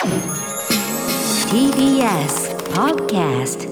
TBS Podcast。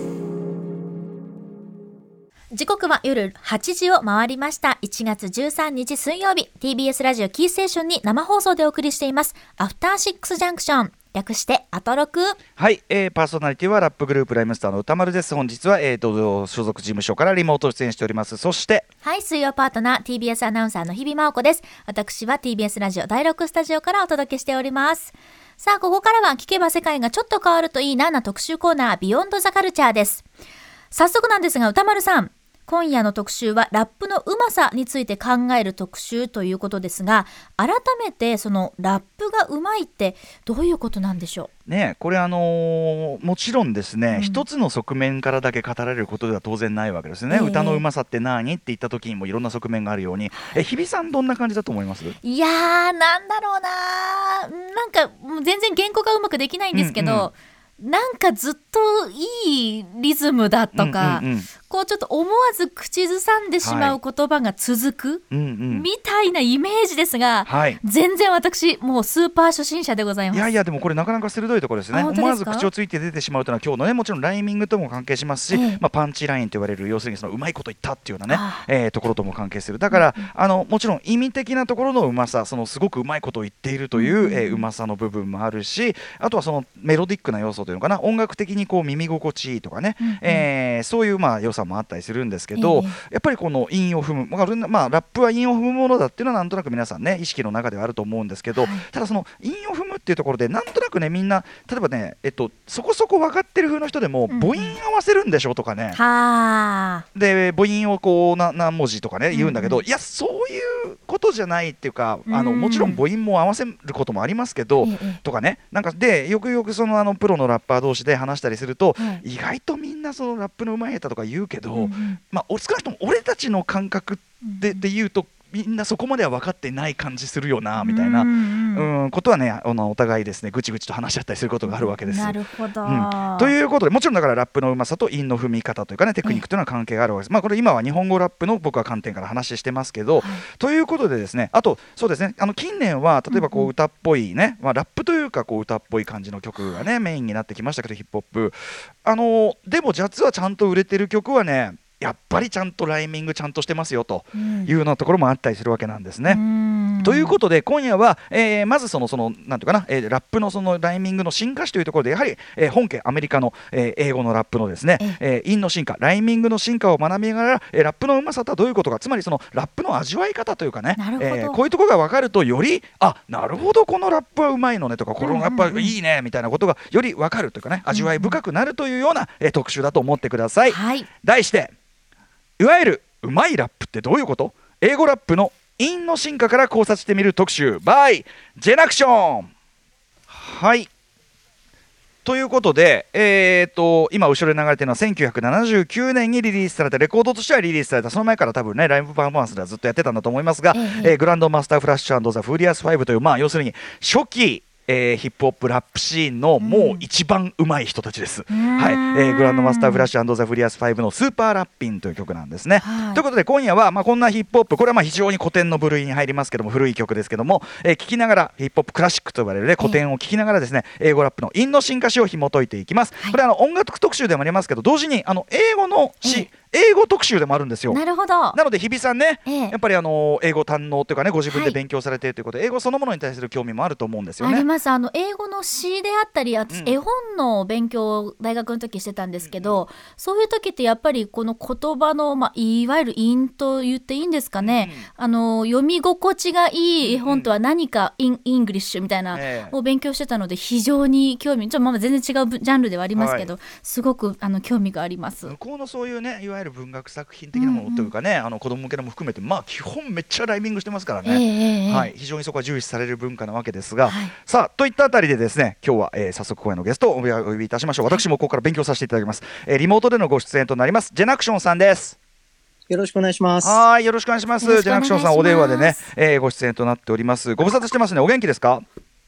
時刻は夜8時を回りました。1月13日水曜日、 TBS ラジオキーステーションに生放送でお送りしていますアフターシックスジャンクション、略してアトロク。 はい、パーソナリティはラップグループライムスターの歌丸です。本日は、所属事務所からリモート出演しております。そしてはい、水曜パートナー TBS アナウンサーの日々真央子です。私は TBS ラジオ第6スタジオからお届けしております。さあ、ここからは聞けば世界がちょっと変わるといいなな特集コーナー、ビヨンドザカルチャーです。早速なんですが、歌丸さん、今夜の特集はラップのうまさについて考える特集ということですが、改めてそのラップがうまいってどういうことなんでしょうね。これもちろんですね、一つの側面からだけ語られることでは当然ないわけですね。歌のうまさって何って言った時にもいろんな側面があるように、日比さんどんな感じだと思います？ いやー、なんだろうな、なんかもう全然原稿がうまくできないんですけど、なんかずっといいリズムだとか、こうちょっと思わず口ずさんでしまう言葉が続く、みたいなイメージですが、全然私もうスーパー初心者でございます。 いやでもこれなかなか鋭いところですね。思わず口をついて出てしまうというのは今日のね、もちろんライミングとも関係しますし、パンチラインと言われる、要するにそのうまいこと言ったっていうようなね、ところとも関係する。だからもちろん意味的なところのうまさ、そのすごくうまいことを言っているという、うまさの部分もあるし、あとはそのメロディックな要素というのかな、音楽的にこう耳心地いいとかね、そういう良さもあったりするんですけど、やっぱりこの韻を踏む、ラップは韻を踏むものだっていうのはなんとなく皆さんね、意識の中ではあると思うんですけど、ただその韻を踏むっていうところでなんとなくね、みんな例えばね、そこそこ分かってる風の人でも母音合わせるんでしょとかね、で母音をこう何文字とかね言うんだけど、いやそういうことじゃないっていうか、もちろん母音も合わせることもありますけど、とかね、なんかでよくよくそのプロのラッパー同士で話したりすると、意外とみんなそのラップのうまい下手とか言うけど、少なくとも俺たちの感覚で言うとみんなそこまでは分かってない感じするよなみたいなことはね、お互いですねぐちぐちと話し合ったりすることがあるわけです。 なるほど、 ということで、もちろんだからラップのうまさと韻の踏み方というかね、テクニックというのは関係があるわけです。これ今は日本語ラップの僕は観点から話してますけど、ということでですね、あとそうですね、近年は例えばこう歌っぽいね、ラップというかこう歌っぽい感じの曲がねメインになってきましたけど、ヒップホップでも実はちゃんと売れてる曲はね、やっぱりちゃんとライミングちゃんとしてますよというようなところもあったりするわけなんですね。ということで今夜は、まずそのなんていうかな、ラップのそのライミングの進化史というところで、やはり、本家アメリカの、英語のラップのですね、韻の進化、ライミングの進化を学びながら、ラップのうまさとはどういうことか、つまりそのラップの味わい方というかね、こういうところが分かるとよりなるほどこのラップはうまいのねとか、このラップはいいねみたいなことがより分かるというかね、味わい深くなるというような、特集だと思ってください。題していわゆるうまいラップってどういうこと？英語ラップの韻の進化から考察してみる特集 by ジェナクション。はい、ということで、今後ろに流れているのは1979年にリリースされた、レコードとしてはリリースされた、その前から多分ねライブパフォーマンスではずっとやってたんだと思いますが、グランドマスターフラッシュ&ザ・フーリアス5という、要するに初期ヒップホップラップシーンのもう一番うまい人たちです。グランドマスターフラッシュ&ザ・フリアス5のスーパーラッピンという曲なんですね。ということで今夜はこんなヒップホップ、これは非常に古典の部類に入りますけども、古い曲ですけども、聴きながらヒップホップクラシックと呼ばれる、古典を聴きながらですね、英語ラップの韻の進化史を紐解いていきます。これ音楽特集でもありますけど、同時に英語の詩、英語特集でもあるんですよ。 なるほど。 なので日比さんね、やっぱり英語堪能というかね、ご自分で勉強されているということで、英語そのものに対する興味もあると思うんですよね。 あります。英語の詩であったり、私絵本の勉強を大学の時してたんですけど、そういう時ってやっぱりこの言葉の、いわゆる韻と言っていいんですかね、読み心地がいい絵本とは何か、イングリッシュみたいなを勉強してたので、非常に興味、全然違うジャンルではありますけど、すごく興味があります。 向こうのそういうね、いわゆる文学作品的なものというかね、子供向けのも含めて、基本めっちゃライミングしてますからね、非常にそこは重視される文化なわけですが、さあといったあたりでですね、今日は、早速今夜のゲストをお呼びいたしましょう。私もここから勉強させていただきます。リモートでのご出演となりますジェナクションさんです。 よろしくお願いします。 はい、よろしくお願いします。ジェナクションさんお電話でね、ご出演となっております。ご無沙汰してますね。お元気ですか？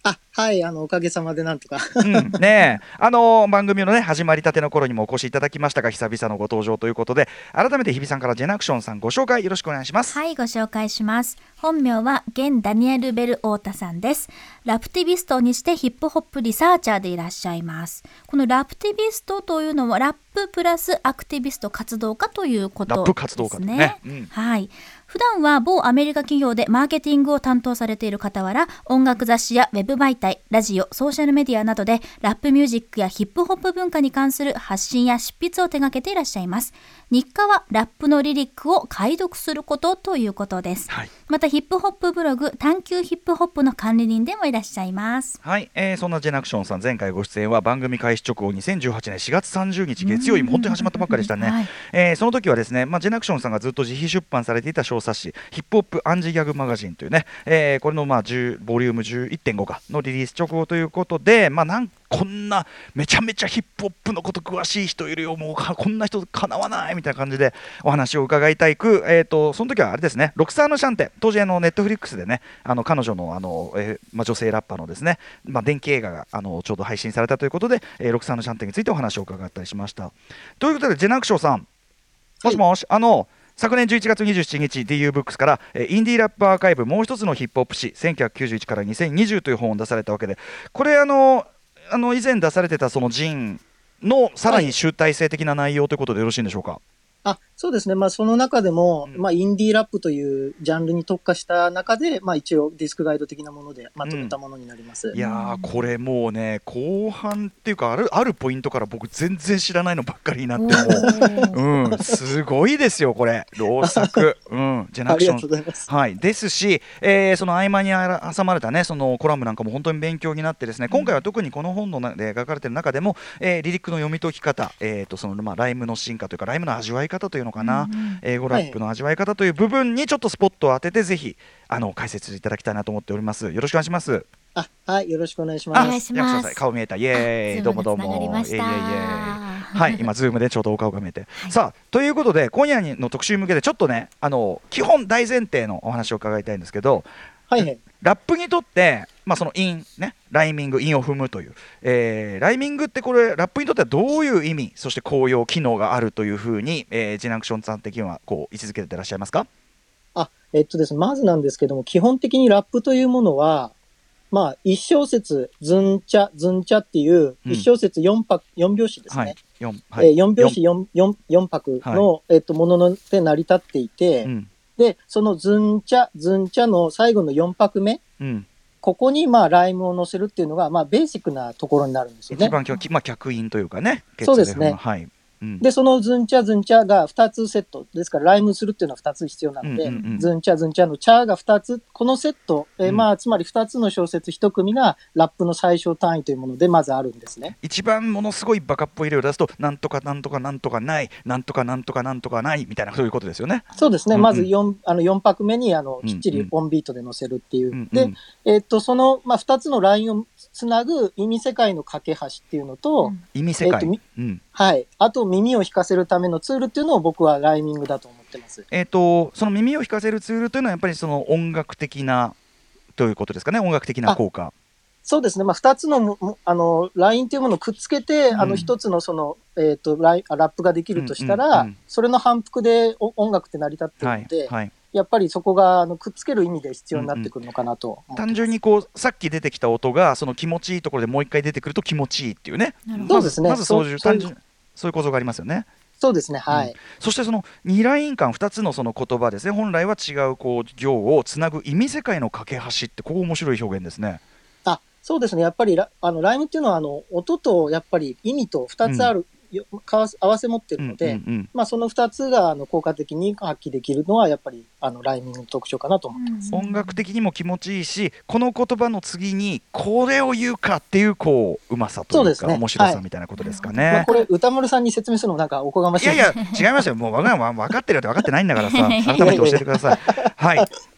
はい、おかげさまでなんとか。 ねえ、番組のね、始まりたての頃にもお越しいただきましたが、久々のご登場ということで、改めて日比さんからジェナクションさんご紹介よろしくお願いします。 はい、ご紹介します。本名は現ダニエル・ベル・オータさんです。ラプティビストにしてヒップホップリサーチャーでいらっしゃいます。このラプティビストというのはラッププラスアクティビスト活動家ということですね。 ラップ活動家ですね。 はい。普段は某アメリカ企業でマーケティングを担当されている傍ら、音楽雑誌やウェブ媒体、ラジオ、ソーシャルメディアなどでラップミュージックやヒップホップ文化に関する発信や執筆を手掛けていらっしゃいます。日課はラップのリリックを解読することということです。 はい、 またヒップホップブログ探求ヒップホップの管理人でもいらっしゃいます。 はい、そんなジェナクションさん、前回ご出演は番組開始直後2018年4月30日月曜日、本当に始まったばっかりでしたね。はい、その時はですね、ジェナクションさんがずっと自費出版されていた小冊子ヒップホップアンジギャグマガジンというね、これのボリューム 11.5 かのリリース直後ということで、こんなめちゃめちゃヒップホップのこと詳しい人いるよ、もうこんな人かなわないみたいな感じでお話を伺いたいく、その時はあれですね、ロクサーヌ・シャンテ、当時ネットフリックスでね、彼女の女性ラッパーのですね、電気映画がちょうど配信されたということで、ロクサーヌ・シャンテについてお話を伺ったりしました。ということでジェナクションさん、もしもし、昨年11月27日 DU ブックスからインディーラップアーカイブもう一つのヒップホップ誌1991から2020という本を出されたわけで、これ以前出されてたそのジンのさらに集大成的な内容ということでよろしいんでしょうか。 そうですね。その中でも、インディーラップというジャンルに特化した中で、一応ディスクガイド的なものでまとめたものになります。 いやー、これもうね、後半っていうかあるポイントから僕全然知らないのばっかりになってもすごいですよこれ、老作、ジェナクション、 ありがとうございます。 はい、ですし、その合間に挟まれたね、そのコラムなんかも本当に勉強になってですね、今回は特にこの本ので描かれている中でも、リリックの読み解き方、そのライムの進化というかライムの味わい方というのかな、英語ラップの味わい方という部分にちょっとスポットを当てて、ぜひ解説いただきたいなと思っております。よろしくお願いします。 はい、よろしくお願いします。 お願いします。 顔見えた、イエーイ、どうもどうも、はい、今ズームでちょうどお顔が見えて、さあということで今夜の特集向けでちょっとね、基本大前提のお話を伺いたいんですけど、ラップにとって、そのライミング、韻を踏むという、ライミングってこれラップにとってはどういう意味、そして効用機能があるというふうに、ジェナクションさん的にはこう位置づけていらっしゃいますか。 ですね、まずなんですけども、基本的にラップというものは、1小節ズンチャっていう1小節4拍子ですね。4拍子 4拍の、もので成り立っていて、でそのズンチャの最後の4拍目、ここにライムを乗せるっていうのがベーシックなところになるんですよね。 一番脚韻というかね。 そうですね。でそのズンチャが2つセットですから、ライムするっていうのは2つ必要なので、ズンチャのチャが2つ、このセット、つまり2つの小節1組がラップの最小単位というものでまずあるんですね。 一番ものすごいバカっぽい例を出すと、なんとかなんとかなんとかない、なんとかなんとかなんとかないみたいな、そういうことですよね。 そうですね。まず 4拍目にきっちりオンビートで乗せるっていう。で、その、2つのラインをつなぐ意味世界の架け橋っていうのと、 意味世界、 はい、あと耳を弾かせるためのツールっていうのを僕はライミングだと思ってます。 その耳を弾かせるツールというのはやっぱりその音楽的なということですかね。音楽的な効果。 そうですね。2つのラインというものをくっつけて、1つのそのラップができるとしたら、それの反復で音楽って成り立っているので。やっぱりそこがくっつける意味で必要になってくるのかなと思ってます。 単純にさっき出てきた音がその気持ちいいところでもう一回出てくると気持ちいいっていうね。 そうですね。 まずそういう構造がありますよね。 そうですね。はい。 そしてその2ライン間2つのその言葉ですね。本来は違う行をつなぐ意味世界の架け橋って、ここ面白い表現ですね。 そうですね。やっぱりライムっていうのは音とやっぱり意味と2つある。合わせ持ってるので、その2つが効果的に発揮できるのはやっぱりライミングの特徴かなと思ってます。 音楽的にも気持ちいいし、この言葉の次にこれを言うかっていううまさというか面白さみたいなことですかね。 これ歌丸さんに説明するのもなんかおこがましい。 いや違いますよ。もう分かってるよって分かってないんだからさ、改めて教えてください。はい。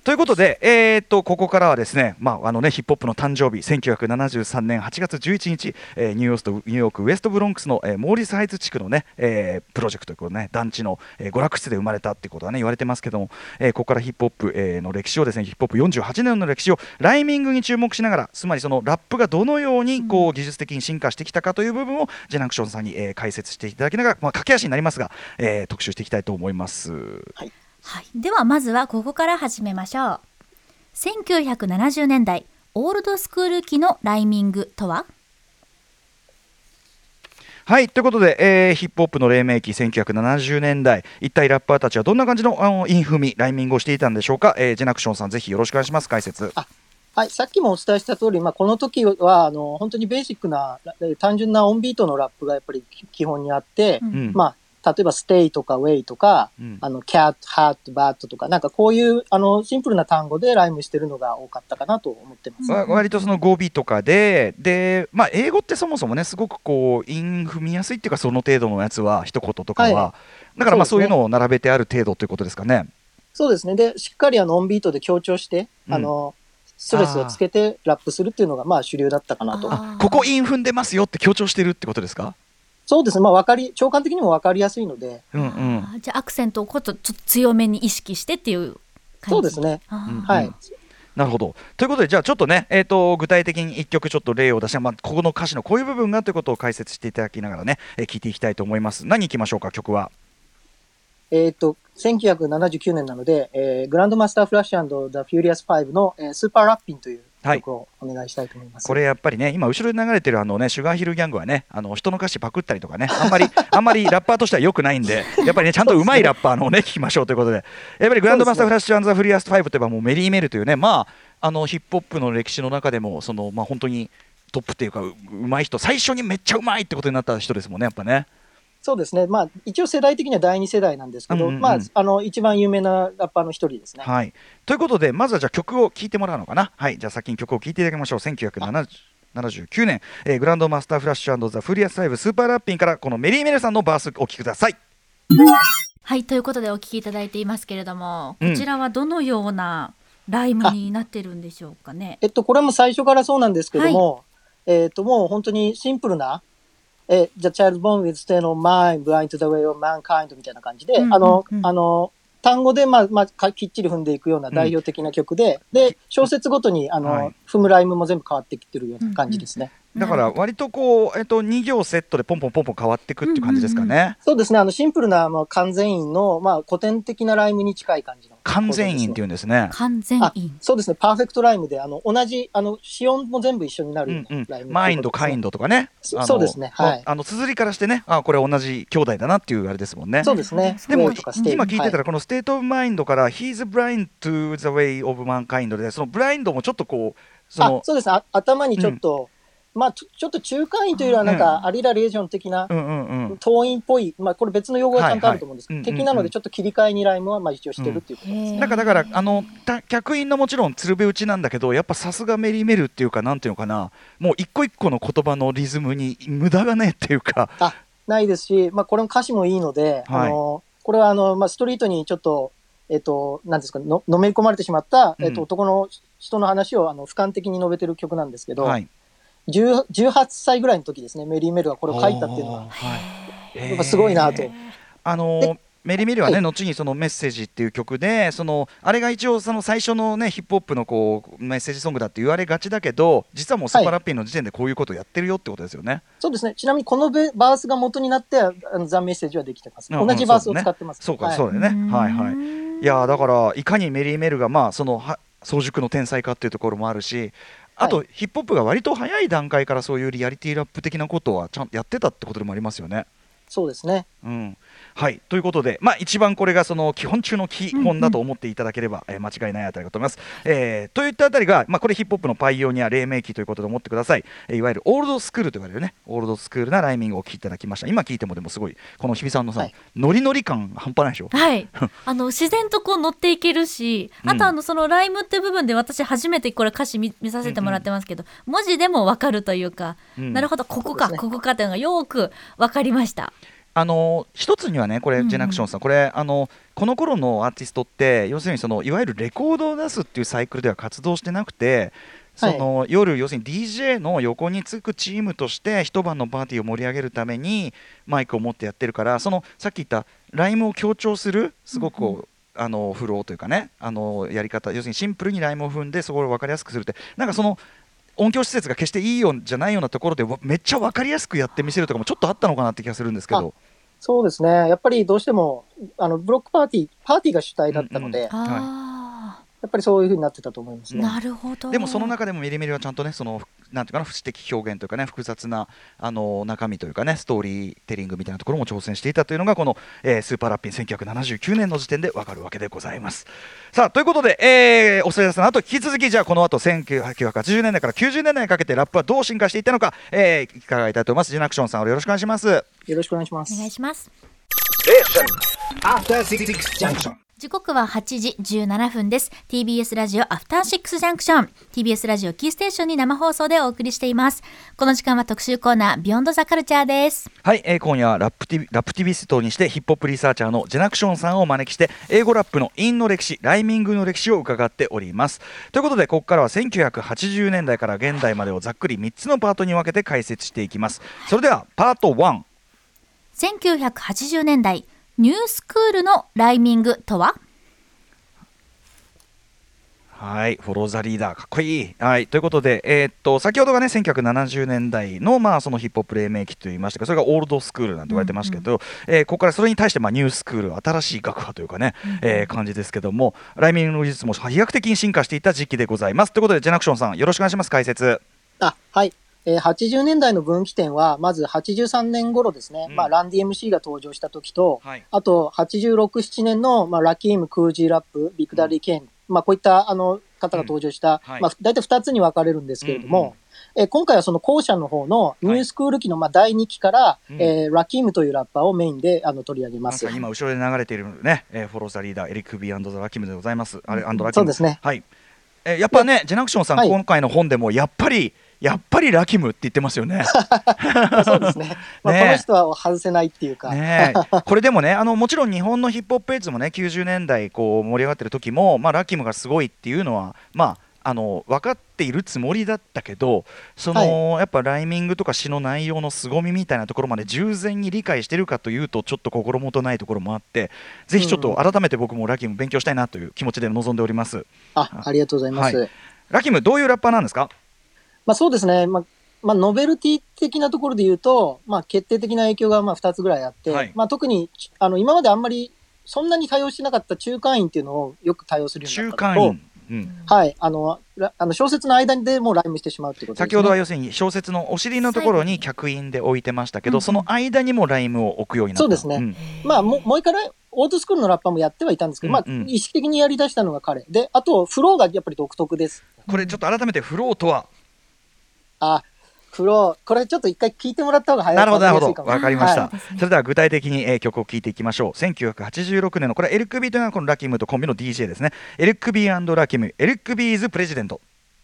ということで、ここからはですね、ヒップホップの誕生日1973年8月11日、ニューヨークウエストブロンクスの、モーリスハイツ地区のね、プロジェクトということでね、団地の、娯楽室で生まれたっていうことはね言われてますけども、ここからヒップホップ、の歴史をですね、ヒップホップ48年の歴史をライミングに注目しながら、つまりそのラップがどのようにこう技術的に進化してきたかという部分をジェナクションさんに、解説していただきながら、駆け足になりますが、特集していきたいと思います。 はい、ではまずはここから始めましょう。1970年代オールドスクール期のライミングとは。 はい、ということで、ヒップホップの黎明期1970年代、一体ラッパーたちはどんな感じのインフミライミングをしていたんでしょうか。ジェナクションさん、ぜひよろしくお願いします。解説。 はい、さっきもお伝えした通り、この時は本当にベーシックな単純なオンビートのラップがやっぱり基本にあって、例えばステイとかウェイとか、キャット、ハット、バットとか、なんかこういうシンプルな単語でライムしてるのが多かったかなと思ってます。 割とその語尾とかで、英語ってそもそもね、すごくこう韻踏みやすいっていうか、その程度のやつは一言とかは、だからそういうのを並べてある程度ということですかね。 そうですね。で、しっかりオンビートで強調して、ストレスをつけてラップするっていうのが主流だったかなと。 ここ韻踏んでますよって強調してるってことですか。 そうですね、聴感的にも分かりやすいので、 じゃあアクセントをちょっと強めに意識してっていう感じ。 そうですね、はい、 なるほど。ということで、じゃあちょっとね、具体的に1曲ちょっと例を出して、ここの歌詞のこういう部分がということを解説していただきながらね、聞いていきたいと思います。何いきましょうか、曲は。 1979年なので、グランドマスターフラッシュ&ザ・フューリアス5の、スーパーラッピンという曲をお願いしたいと思います。 これやっぱりね、今後ろで流れてるシュガーヒルギャングはね、人の歌詞パクったりとかね、あんまりラッパーとしては良くないんで、やっぱりね、ちゃんと上手いラッパーのをね聞きましょうということで、やっぱりグランドマスターフラッシュ&ザ・フューリアス5といえばもうメリーメルというね、ヒップホップの歴史の中でも本当にトップっていうか上手い人、最初にめっちゃ上手いってことになった人ですもんね、やっぱね。 そうですね、一応世代的には第2世代なんですけど、一番有名なラッパーの一人ですね。 はい、ということで、まずはじゃあ曲を聴いてもらうのかな。はい、じゃあ先に曲を聴いていただきましょう。1979年、グランドマスターフラッシュ&ザ・フリアス5スーパーラッピンから、このメリーメルさんのバースお聴きください。 はい、ということでお聴きいただいていますけれども、こちらはどのようなライムになってるんでしょうかね。 これも最初からそうなんですけども、もう本当にシンプルなThe child born with state of mind, blind to the way of mankind みたいな感じで、単語できっちり踏んでいくような代表的な曲で、で、小節ごとに踏むライムも全部変わってきてるような感じですね。 だから割とこう、2行セットでポンポンポンポン変わっていくっていう感じですかね。 そうですね、シンプルな完全韻の、古典的なライムに近い感じの、 完全韻っていうんですね。 完全韻。 そうですね、パーフェクトライムで、同じ子音も全部一緒になるようなライム、 マインド、カインドとかね。 そうですね、はい。 綴りからしてね、これ同じ兄弟だなっていうあれですもんね。 そうですね。 でも今聞いてたら、このステートオブマインドから He's blind to the way of mankind で、そのブラインドもちょっとこう、 そうですね、頭にちょっと、ちょっと中間音というよりはなんかアリラレーション的な遠音っぽい、これ別の用語がちゃんとあると思うんですけど、的なのでちょっと切り替えにライムは一応してるっていうことですね。 だから客員のもちろん鶴瓶打ちなんだけど、やっぱさすがメリーメルっていうか、なんていうのかな、もう一個一個の言葉のリズムに無駄がねっていうか、 ないですし、これも歌詞もいいので、これはストリートにちょっとなんですか、のめり込まれてしまった、男の人の話を俯瞰的に述べてる曲なんですけど、18歳ぐらいの時ですね、メリーメルがこれを書いたっていうのは、やっぱすごいなと。 メリーメルはね、後にそのメッセージっていう曲で、あれが一応その最初のねヒップホップのこうメッセージソングだって言われがちだけど、実はもうスーパーラッピンの時点でこういうことをやってるよってことですよね。 そうですね。ちなみにこのバースが元になってザ・メッセージはできてます。同じバースを使ってます。 そうか、そうだよね。はいはい。いやだからいかにメリーメルが早熟の天才かっていうところもあるし、あとヒップホップが割と早い段階からそういうリアリティラップ的なことはちゃんとやってたってことでもありますよね。 そうですね。 はい、ということで、一番これがその基本中の基本だと思っていただければ、間違いないあたりだと思います。といったあたりが、これヒップホップのパイオニア黎明期ということで思ってください。いわゆるオールドスクールと言われるね、オールドスクールなライミングを聞いていただきました。今聞いてもでもすごいこの日比さんのノリノリ感半端ないでしょ。 はい。自然とこう乗っていけるし、あとそのライムって部分で私初めてこれ歌詞 見させてもらってますけど、文字でも分かるというか、なるほどここか、ここかというのがよく分かりました。 一つにはねこれ、ジェナクションさんこれこの頃のアーティストって要するにいわゆるレコードを出すっていうサイクルでは活動してなくて夜要するに DJ の横につくチームとして一晩のパーティーを盛り上げるためにマイクを持ってやってるからさっき言ったライムを強調するすごくフローというかねやり方要するにシンプルにライムを踏んでそこを分かりやすくするってなんか音響施設が決していいようじゃないようなところでめっちゃ分かりやすくやってみせるとかもちょっとあったのかなって気がするんですけど。 そうですねやっぱりどうしてもブロックパーティーが主体だったので、やっぱりそういう風になってたと思いますね。 なるほど。 でもその中でもミリミリはちゃんとねなんていうかな不知的表現というかね複雑な中身というかねストーリーテリングみたいなところも挑戦していたというのがこの、スーパーラッピン1979年の時点でわかるわけでございます。さあということで、お知らせの後引き続きじゃあこの後1980年代から90年代にかけてラップはどう進化していったのか、伺いたいと思います。ジェナクションさんよろしくお願いします。 よろしくお願いします。 お願いします。 After 6 junction。 時刻は8時17分です。 TBS ラジオアフターシックスジャンクション TBS ラジオキーステーションに生放送でお送りしています。この時間は特集コーナービヨンドザカルチャーです。 はい、今夜はラップティビストにしてヒップホップリサーチャーのジェナクションさんをお招きして英語ラップの韻の歴史ライミングの歴史を伺っております。ということでここからは1980年代から現代までをざっくり3つのパートに分けて解説していきます。それではパート1。 1980年代ニュースクールのライミングとは。 はい、フォローザリーダーかっこいい。はい、ということで、先ほどがね1970年代のそのヒップホップ黎明期といいましたがそれがオールドスクールなんて言われてましたけど、ここからそれに対してニュースクール新しい学派というかね、感じですけどもライミングの技術も飛躍的に進化していた時期でございます。ということでジェナクションさんよろしくお願いします。解説。 はい、80年代の分岐点はまず83年頃ですね、ランディ MC が登場した時と、あと86、7年の、ラキーム、クージーラップ、ビッグダディ・ケン、こういった方が登場した、大体2つに分かれるんですけれども、今回はその後者の方のニュースクール期の第2期から、ラキームというラッパーをメインで取り上げます。 今後ろで流れているね、フォローザリーダーエリック・ビー&ザ・ラキームでございます。 そうですね。 はい。やっぱねジェナクションさん、今回の本でもやっぱりラキムって言ってますよね。 そうですね。この人は外せないっていうか。 これでもねもちろん日本のヒップホップエイツもね90年代盛り上がってる時も、ラキムがすごいっていうのは分かっているつもりだったけどやっぱライミングとか詩の内容の凄みみたいなところまで従前に理解してるかというとちょっと心もとないところもあってぜひちょっと改めて僕もラキム勉強したいなという気持ちで臨んでおります。 ありがとうございます。 ラキムどういうラッパーなんですか。 そうですね、ノベルティ的なところで言うと、決定的な影響が2つぐらいあって、特に今まであんまりそんなに多用してなかった中間音っていうのをよく多用するようになったのと、はい、小説の間でもライムしてしまうってことですね。 先ほどは要するに小説のお尻のところに脚印で置いてましたけど、その間にもライムを置くようになった。 そうですね、もう一回オートスクールのラッパーもやってはいたんですけど、意識的にやり出したのが彼で、あとフローがやっぱり独特です。 これちょっと改めてフローとは。 フロー、これちょっと一回聞いてもらった方が早いかも。 なるほど、わかりました。それでは具体的に、曲を聴いていきましょう。1986年のこれエルクビーというのはこのラキムとコンビの DJ ですね。エルクビー&ラキム、エルクビーズプレジデント。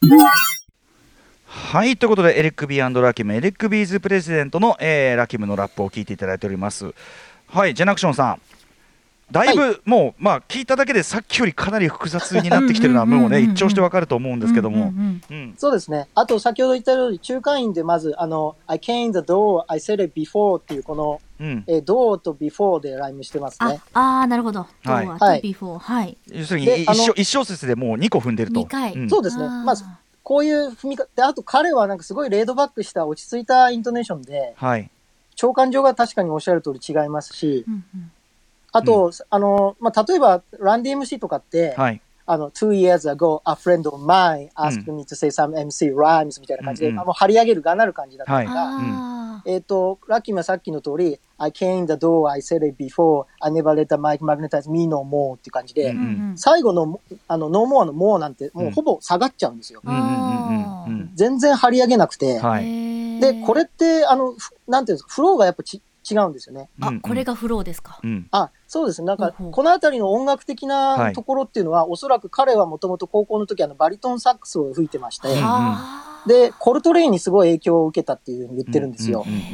はい、ということでエルクビー&ラキム、エルクビーズプレジデントの、ラキムのラップを聴いていただいております。はい、ジェナクションさんだいぶもう聞いただけでさっきよりかなり複雑になってきてるのはもうね一聴してわかると思うんですけども、 そうですね。あと先ほど言ったように中間音でまずI came the door I said it before っていうこの、door と before でライムしてますね。 なるほど。door と before、 要するに一小節でもう2個踏んでると。 2回、 そうですね。こういう踏み方で、あと彼はなんかすごいレードバックした落ち着いたイントネーションで、長官上が確かにおっしゃる通り違いますし、あと、例えば、ランディ MC とかって、2 years ago, a friend of mine asked me to say some MC rhymes みたいな感じで、張り上げるがなる感じだったのが、ラッキーはさっきの通り、I came the door, I said it before, I never let the mic magnetize me no more っていう感じで、最後の、no more の more なんて、もうほぼ下がっちゃうんですよ。全然張り上げなくて、で、これって、なんていうんですか、フローがやっぱ違うんですよね。 これがフローですか。 そうですね。なんか、このあたりの音楽的なところっていうのは、おそらく彼はもともと高校の時バリトンサックスを吹いてまして、で、コルトレインにすごい影響を受けたっていうふうに言ってるんですよ。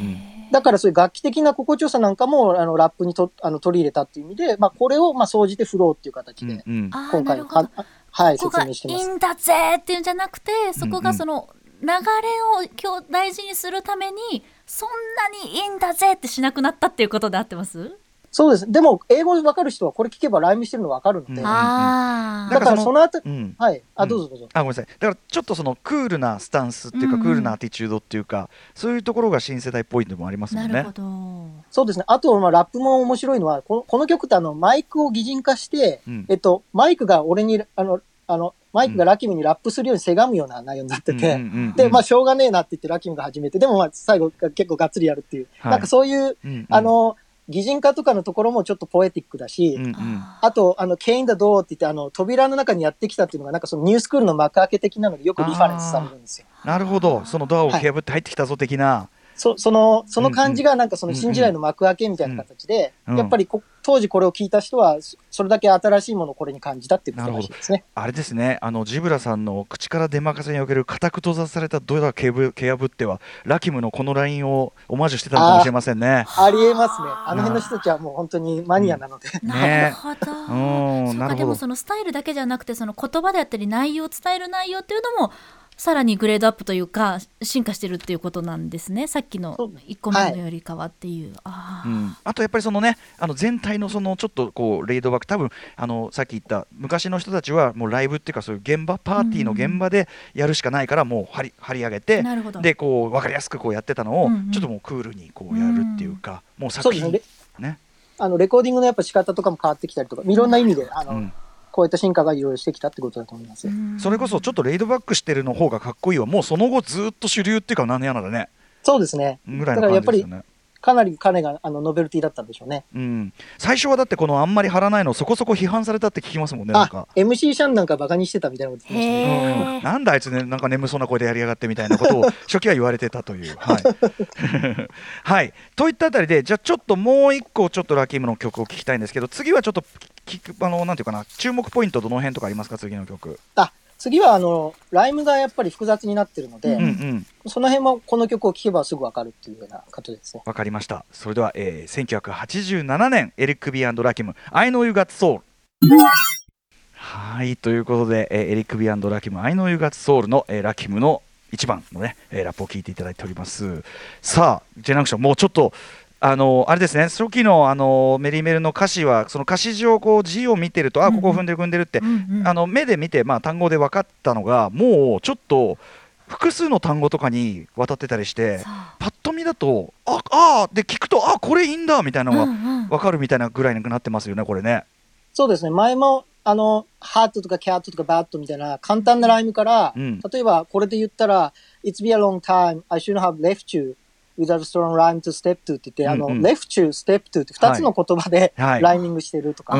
だからそういう楽器的な心地よさなんかもラップに取り入れたっていう意味で、まあ、これを総じてフローっていう形で、今回は説明してます。 ここがいいんだぜっていうんじゃなくて、そこがその流れを今日大事にするためにそんなにいいんだぜってしなくなったっていうことで合ってます？ そうです。でも英語分かる人はこれ聞けばライムしてるの分かるので、だからその後、はい、どうぞどうぞ。 ごめんなさい。だからちょっとそのクールなスタンスっていうか、クールなアティチュードっていうか、そういうところが新世代っぽいのもありますもんね。 なるほど。 そうですね。あとラップも面白いのはこの曲ってマイクを擬人化して、マイクが俺にマイクがラキムにラップするようにせがむような内容になってて、で、まあしょうがねえなって言ってラキムが始めて、でもまあ最後結構がっつりやるっていう、なんかそういう擬人化とかのところもちょっとポエティックだし、あとケイン・ダ・ドーって言って扉の中にやってきたっていうのがなんかそのニュースクールの幕開け的なのでよくリファレンスされるんですよ。 なるほど。そのドアを蹴破って入ってきたぞ的な。 その感じがなんかその新時代の幕開けみたいな形で、やっぱり当時これを聞いた人はそれだけ新しいものをこれに感じたっていうことらしいですね。 あれですね、ジブラさんの口から出まかせにおける固く閉ざされたドアを蹴破ってはラキムのこのラインをオマージュしてたのかもしれませんね。 ありえますね。辺の人たちはもう本当にマニアなので、 なるほど。そうか、でもそのスタイルだけじゃなくてその言葉であったり内容、伝える内容っていうのもさらにグレードアップというか進化してるっていうことなんですね。さっきの1個目のよりかはっていう、 あとやっぱりそのね全体のそのちょっとこうレイドバック、多分さっき言った昔の人たちはもうライブっていうかそういう現場パーティーの現場でやるしかないからもう張り上げて、でこう分かりやすくこうやってたのをちょっともうクールにこうやるっていうか、もう作品ね、 レコーディングのやっぱ仕方とかも変わってきたりとかいろんな意味でこういった進化がいろいろしてきたってことだと思います。 それこそちょっとレイドバックしてるの方がかっこいいわ、もうその後ずっと主流っていうか何やならね。 そうですね。 ぐらいの感じですよね。 かなり彼がノベルティだったんでしょうね。 最初はだってこのあんまり張らないのそこそこ批判されたって聞きますもんね。なんか MC シャンなんかバカにしてたみたいなこと言ってましたね。 なんだあいつね、なんか眠そうな声でやりやがってみたいなことを初期は言われてたというはい、といったあたりで、じゃあちょっともう一個ちょっとラキームの曲を聞きたいんですけど、次はちょっとなんていうかな、注目ポイントどの辺とかありますか？次の曲。 次はライムがやっぱり複雑になってるので、その辺もこの曲を聴けばすぐ分かるっていうような形ですね。 分かりました。それでは、1987年エリック・ビー&ラキム I Know You Got Soul。 はい、ということで、エリック・ビー&ラキム I Know You Got Soul の、ラキムの1番のね、ラップを聴いていただいております。さあジェナンクション、もうちょっとあれですね、初期のメリーメルの歌詞はその歌詞上こう字を見てると、ここを踏んでるって、目で見て、単語で分かったのがもうちょっと複数の単語とかに渡ってたりして、パッと見だとで聞くとこれいいんだみたいなのが分かるみたいなぐらいになってますよね、これね。 そうですね。前もハートとかキャットとかバットみたいな簡単なライムから、例えばこれで言ったら It's been a long time I shouldn't have left you without a strong rhyme to step to って言って、left you step to って2つの言葉で、ライミングしてるとか、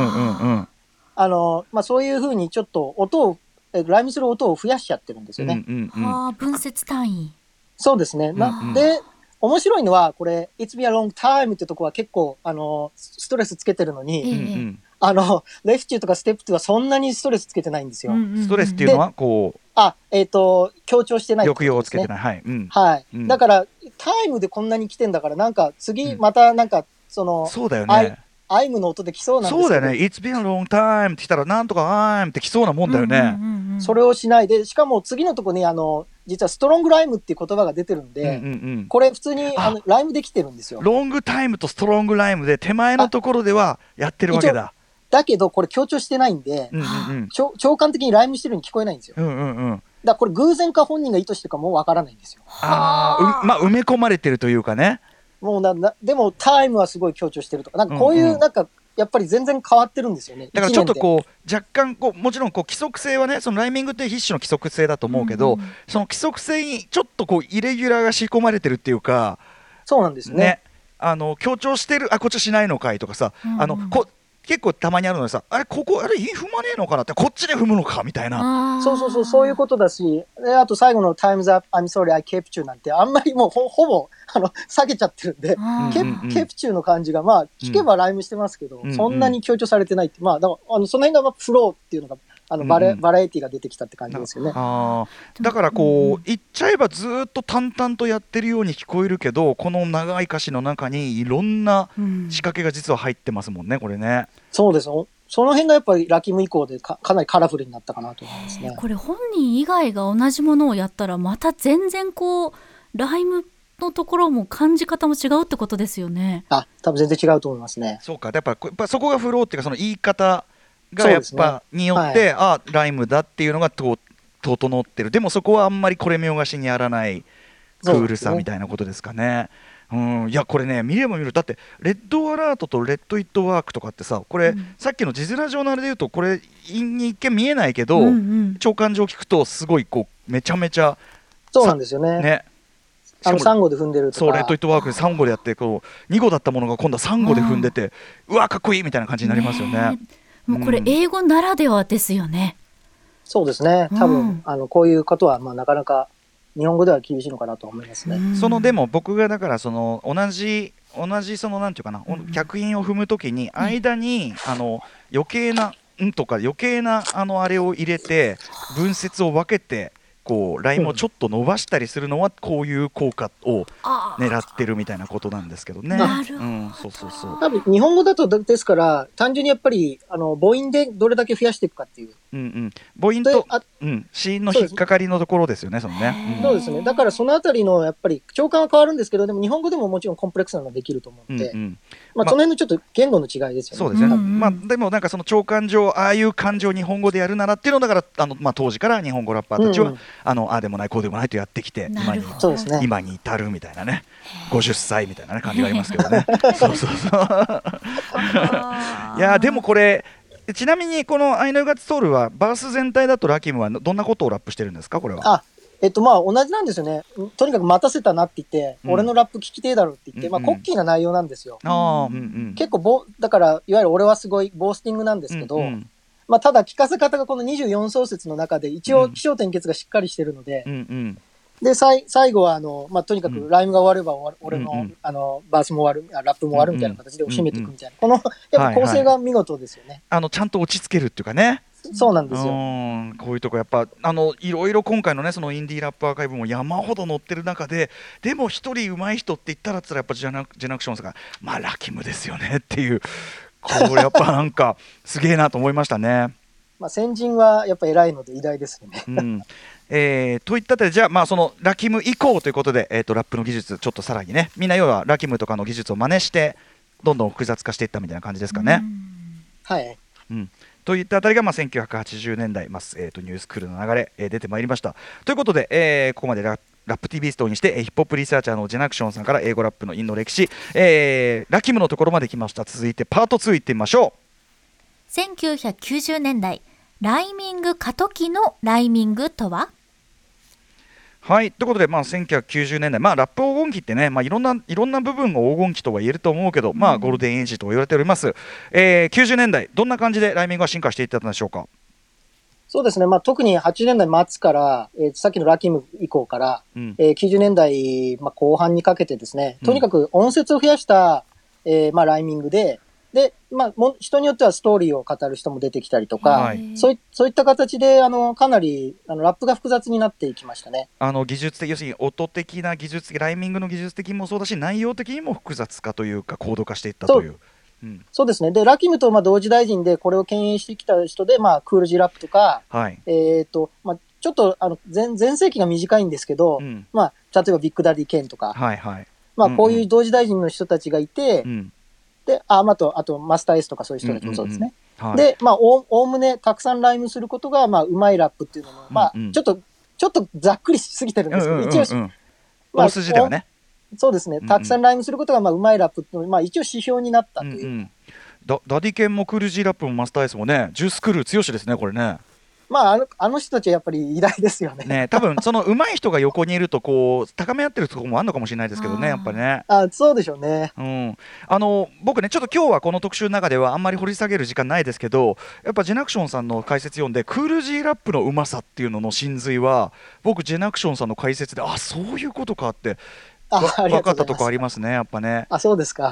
そういう風にちょっとライムする音を増やしちゃってるんですよね。 分節単位。 そうですね。で面白いのはこれ It's been a long time ってとこは結構ストレスつけてるのに、レフチューとかステップ2はそんなにストレスつけてないんですよ。 ストレスっていうのはこう強調してない、 抑揚をつけてない。 だからタイムでこんなに来てんだから、なんか次またなんかそうだよね。 アイムの音で来そうなんですけど。 そうだよね。It's been a long time って来たらなんとかI'mって来そうなもんだよね。 それをしないで、しかも次のとこに実はストロングライムっていう言葉が出てるんで、これ普通にライムできてるんですよ。 ロングタイムとストロングライムで手前のところではやってるわけだ。 だけどこれ強調してないんで、長官的にライムしてるように聞こえないんですよ。だからこれ偶然か本人が意図してるかもうわからないんですよ。 埋め込まれてるというかね。 もうでもタイムはすごい強調してるとか、なんかこういうなんかやっぱり全然変わってるんですよね。 だからちょっとこう若干もちろん規則性はね、そのライミングって必種の規則性だと思うけど、その規則性にちょっとこうイレギュラーが仕込まれてるっていうか。 そうなんですね。 強調してる、こっちしないのかいとかさ、結構たまにあるのでさ、ここ踏まねえのかなって、こっちで踏むのかみたいな。 そういうことだし、あと最後の Time's Up I'm sorry I kept you なんてあんまりもうほぼ下げちゃってるんで、ケプチューの感じが聞けばライムしてますけど、そんなに強調されてないって、だからその辺がフローっていうのがバラエティが出てきたって感じですよね。 だからこう言っちゃえばずっと淡々とやってるように聞こえるけど、この長い歌詞の中にいろんな仕掛けが実は入ってますもんね、これね。 そうです。その辺がやっぱりラキム以降で かなりカラフルになったかなと思いますね。 これ本人以外が同じものをやったらまた全然こうライムのところも感じ方も違うってことですよね。 多分全然違うと思いますね。 そうか、やっぱそこがフローっていうか、その言い方がやっぱによって、ライムだっていうのが整ってる。でもそこはあんまりこれ見よがしにやらないクールさみたいなことですかね。いやこれね見れば見る、だってレッドアラートとレッドイットワークとかってさ、これ、さっきの字面上のあれで言うとこれに一見見えないけど、長官上聞くとすごいこうめちゃめちゃそうなんですよね。3号で踏んでるとか、 そうレッドイットワークで3号でやって、こう2号だったものが今度は3号で踏んでて、うわかっこいいみたいな感じになりますよね。 もうこれ英語ならではですよね。 そうですね。多分、こういうことはなかなか日本語では厳しいのかなと思いますね。 でも僕がだからその同じそのなんていうかな、脚韻を踏むときに間に余計なとか余計なあれを入れて文節を分けてこうライムをちょっと伸ばしたりするのはこういう効果を狙ってるみたいなことなんですけどね。そうそうそう。 多分日本語だとですから単純にやっぱり母音でどれだけ増やしていくかっていう。 母音と子音の引っかかりのところですよね。 そうですね。だからそのあたりのやっぱり長官は変わるんですけど、でも日本語でももちろんコンプレックスなのができると思うので、その辺のちょっと言語の違いですよね。 そうですね。でもなんかその長官上ああいう感情を日本語でやるならっていうのだから当時から日本語ラッパーたちはああでもないこうでもないとやってきて今に至るみたいなね、50歳みたいな、感じがありますけどね。そういやでもこれちなみにこの「I Know You Got Soul」はバース全体だとラキムはどんなことをラップしてるんですか、これは。 同じなんですよね。とにかく待たせたなって言って、俺のラップ聞きてえだろって言って、コッキーな内容なんですよ。結構だからいわゆる俺はすごいボースティングなんですけど、ただ聞かせ方がこの24小節の中で一応起承転結がしっかりしてるので、で最後はとにかくライムが終われば俺の、バースも終わる、ラップも終わるみたいな形で締めていくみたいな、このやっぱ構成が見事ですよね。 ちゃんと落ち着けるっていうかね。 そうなんですよ。 こういうとこやっぱいろいろ今回のねそのインディーラップアーカイブも山ほど載ってる中で、でも一人上手い人って言ったらやっぱジェナクションさんがラキムですよねっていう、これやっぱなんかすげえなと思いましたね。 先人はやっぱ偉いので偉大ですよね。 といったでじゃあそのラキム以降ということで、ラップの技術ちょっとさらにね、みんな要はラキムとかの技術を真似してどんどん複雑化していったみたいな感じですかね。 はい。 といったあたりが1980年代、ニュースクールの流れ、出てまいりましたということで、ここまでラップ TV ストにしてヒップホップリサーチャーのジェナクションさんから英語ラップの韻の歴史、ラキムのところまで来ました。続いてパート2いってみましょう。 1990年代ライミング過渡期のライミングとは。 はいということで、1990年代、ラップ黄金期ってね、いろんな部分が黄金期とは言えると思うけど、ゴールデンエイジと言われております。90年代どんな感じでライミングが進化していったんでしょうか。 そうですね、特に80年代末から、さっきのラキム以降から、90年代、後半にかけてですね、とにかく音節を増やした、ライミングで、人によってはストーリーを語る人も出てきたりとか、そういった形でかなりラップが複雑になっていきましたね。 技術的、要するに音的な技術的、ライミングの技術的にもそうだし、内容的にも複雑化というか高度化していったという。 そうですね。でラキムと同時代人でこれを牽引してきた人で、クールジーラップとか、ちょっと前世紀が短いんですけど、例えばビッグダディ・ケンとか、こういう同時代人の人たちがいて、であとマスター S とかそういう人たちもそうですね。でおおむねたくさんライムすることがうまいラップっていうのも、ちょっとざっくりしすぎてるんですけど、一応大筋ではね。 そうですね、たくさんライムすることがうまいラップっていうのは、一応指標になったという。 ダディケンもクールジーラップもマスター S もね、ジュースクール強しですね、これね。 あの人たちはやっぱり偉大ですよね。 多分その上手い人が横にいるとこう高め合ってるところもあるのかもしれないですけどね、やっぱりね。 そうでしょうね。 僕ねちょっと今日はこの特集の中ではあんまり掘り下げる時間ないですけど、やっぱジェナクションさんの解説読んでクールジーラップのうまさっていうのの真髄は僕ジェナクションさんの解説でそういうことかって分かったとこありますね、やっぱね。 そうですか。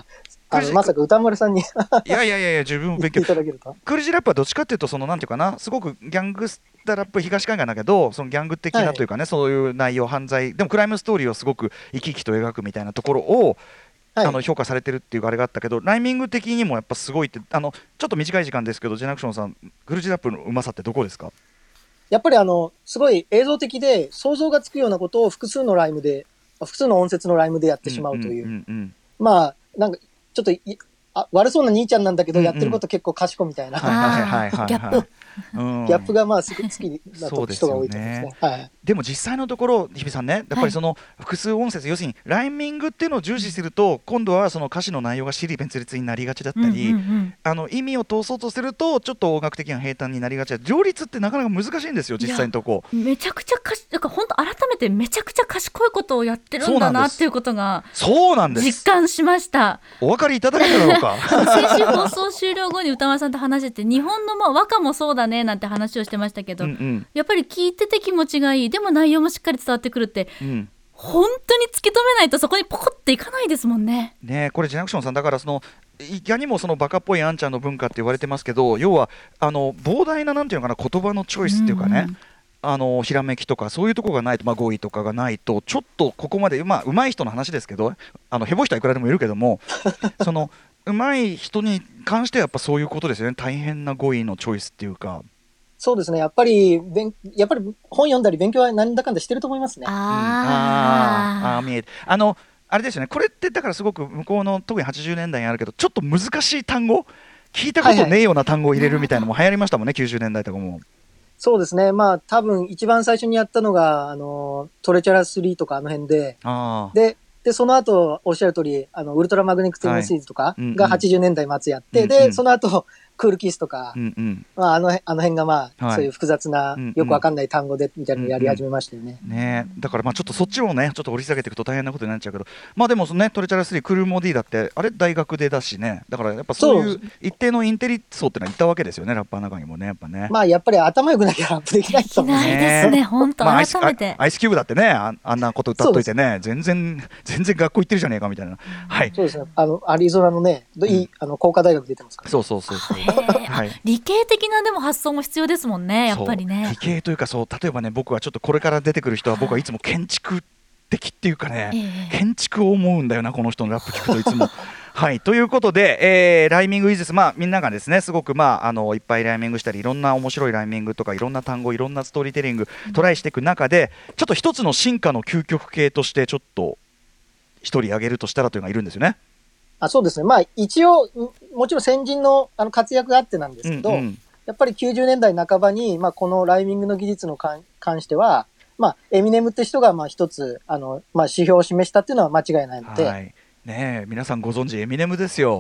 まさか歌丸さんにいや自分も勉強言っていただけると。 クールジラップはどっちかっていうとなんていうかな、すごくギャングスタラップ東海岸だけど、そのギャング的なというかね、そういう内容、犯罪でもクライムストーリーをすごく生き生きと描くみたいなところを評価されてるっていうあれがあったけど、ライミング的にもやっぱすごいって、ちょっと短い時間ですけど、ジェナクションさん、クールジラップのうまさってどこですか？ やっぱりすごい映像的で想像がつくようなことを複数の音節のライムでやってしまうという。まあ、なんか、ちょっと悪そうな兄ちゃんなんだけど、やってること結構賢みたいな。ギャップ。ギャップがまあ好きだと人が多いと思いますね。はい。 でも実際のところ、日比さんね、やっぱりその複数音節、要するにライミングっていうのを重視すると、今度はその歌詞の内容が支離滅裂になりがちだったり、意味を通そうとすると、ちょっと音楽的な平坦になりがちだ。両立ってなかなか難しいんですよ、実際のところ。 めちゃくちゃなんか本当改めてめちゃくちゃ賢いことをやってるんだなっていうことが実感しました。 お分かりいただけただろうか。 先週放送終了後に歌丸さんと話してて、日本の和歌もそうだねなんて話をしてましたけど、やっぱり聞いてて気持ちがいい、でも内容もしっかり伝わってくるって、本当に突き止めないとそこにポコっていかないですもんね。 ね、これジェナクションさんだからいかにもそのバカっぽいあんちゃんの文化って言われてますけど、要は膨大ななんていうのかな、言葉のチョイスっていうかね、ひらめきとかそういうところがないと、語彙とかがないと、ちょっとここまで上手い人の話ですけど、ヘボい人はいくらでもいるけどもその上手い人に関してはやっぱそういうことですよね。大変な語彙のチョイスっていうか。 そうですね。やっぱり本読んだり勉強はなんだかんだしてると思いますね。 見えてあれですよね。これってだからすごく向こうの特に80年代にあるけど、ちょっと難しい単語、聞いたことねえような単語を入れるみたいなのも流行りましたもんね、90年代とかも。 そうですね。まあ多分一番最初にやったのがトレチャラ3とか辺で、でその後おっしゃる通りウルトラマグネティックメッセージとかが80年代末やって、でその後クールキスとか、まあ、あの辺がまあ、そういう複雑な、よくわかんない単語でみたいなのをやり始めましたよね。 だからまあちょっとそっちをねちょっと掘り下げていくと大変なことになっちゃうけど、まあでもねトレチャラ3クルーモディだってあれ大学でだしね、だからやっぱそういう一定のインテリ層ってのはいたわけですよね、ラッパーの中にもね、やっぱね。 まあやっぱり頭良くなきゃラップできないと思う。 できないですね、本当改めて。 アイスキューブだってね、あんなこと歌っといてね、全然学校行ってるじゃねえかみたいな。 そうですね。アリゾナのね、工科大学出てますから。 そう。 理系的なでも発想も必要ですもんね、やっぱりね。 理系というか例えばね、僕はちょっとこれから出てくる人は僕はいつも建築的っていうかね、建築を思うんだよな、この人のラップ聞くといつも。ということで、ライミングイズです。みんながですねすごくいっぱいライミングしたり、いろんな面白いライミングとかいろんな単語、いろんなストーリーテリングトライしていく中で、ちょっと一つの進化の究極系としてちょっと一人挙げるとしたらというのがいるんですよね。 そうですね。まあ一応もちろん先人の活躍があってなんですけど、やっぱり90年代半ばにこのライミングの技術の関してはエミネムって人が一つ指標を示したっていうのは間違いないので。 皆さんご存知エミネムですよ。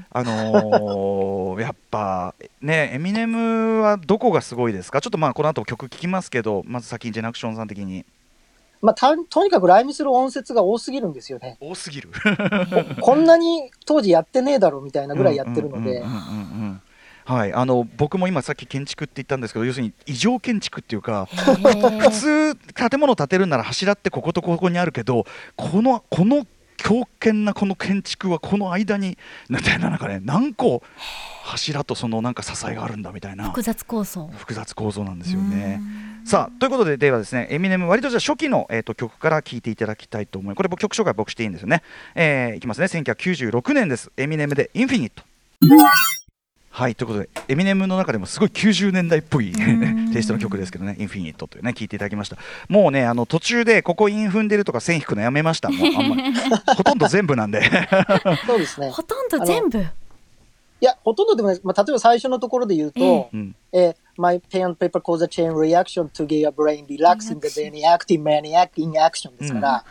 やっぱねエミネムはどこがすごいですか。ちょっとこの後曲聴きますけど、まず先にジェナクションさん的に。 とにかくライムする音節が多すぎるんですよね。 多すぎるこんなに当時やってねえだろみたいなぐらいやってるので、 僕も今さっき建築って言ったんですけど、要するに異常建築っていうか、普通建物建てるなら柱ってこことここにあるけど、この強健なこの建築はこの間にみたいな、何個柱とその支えがあるんだみたいな複雑構造なんですよね。さあということではですね、エミネム割とじゃあ初期の、曲から聴いていただきたいと思います。これ曲紹介僕していいんですよね。いきますね。1996年です。エミネムでインフィニット。ということでエミネムの中でもすごい90年代っぽいテイストの曲ですけどね、インフィニットというね聴いていただきました。もうね途中でここイン踏んでるとか線引くのやめました。もうあんまりほとんど全部なんでそうですね。 ほとんど全部。 いやほとんどでもない。例えば最初のところで言うと、My pen and paper cause a chain reaction to get your brain relaxing the then active maniac in action ですから、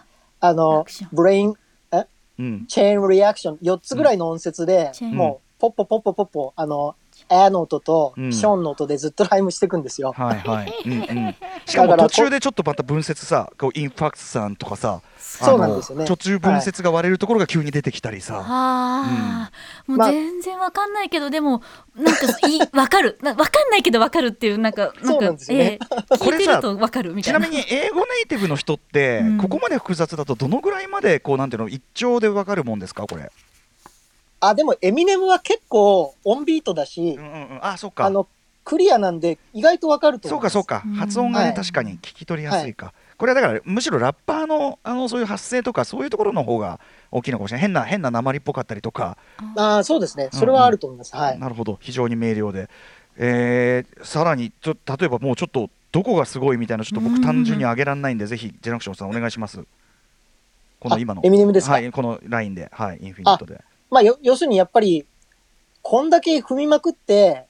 ブレインチェーンリアクション4つぐらいの音節で、もうポッポポッポポッポA の音とションの音でずっとライムしていくんですよ。 しかも途中でちょっとまた分節さ、インファクトさんとかさ、 そうなんですよね。 途中分節が割れるところが急に出てきたりさ、 もう全然わかんないけど、でもわかるわかんないけどわかるっていうそうなんですよね。 聞いてるとわかるみたいな。 ちなみに英語ネイティブの人ってここまで複雑だとどのぐらいまでなんていうの一聴でわかるもんですかこれ。 でもエミネムは結構オンビートだし、 そうか。 クリアなんで意外とわかると思います。 そうか発音がね、確かに聞き取りやすいか。これはだからむしろラッパーのそういう発声とかそういうところの方が大きいのかもしれない。変な訛りっぽかったりとか。 そうですね。それはあると思います。はい。 なるほど、非常に明瞭で。さらに例えばもうちょっとどこがすごいみたいな、ちょっと僕単純に上げられないんで、ぜひジェナクションさんお願いします。この今のエミネムですか。 はい、このラインで、はい、インフィニットで。 要するにやっぱりこんだけ踏みまくって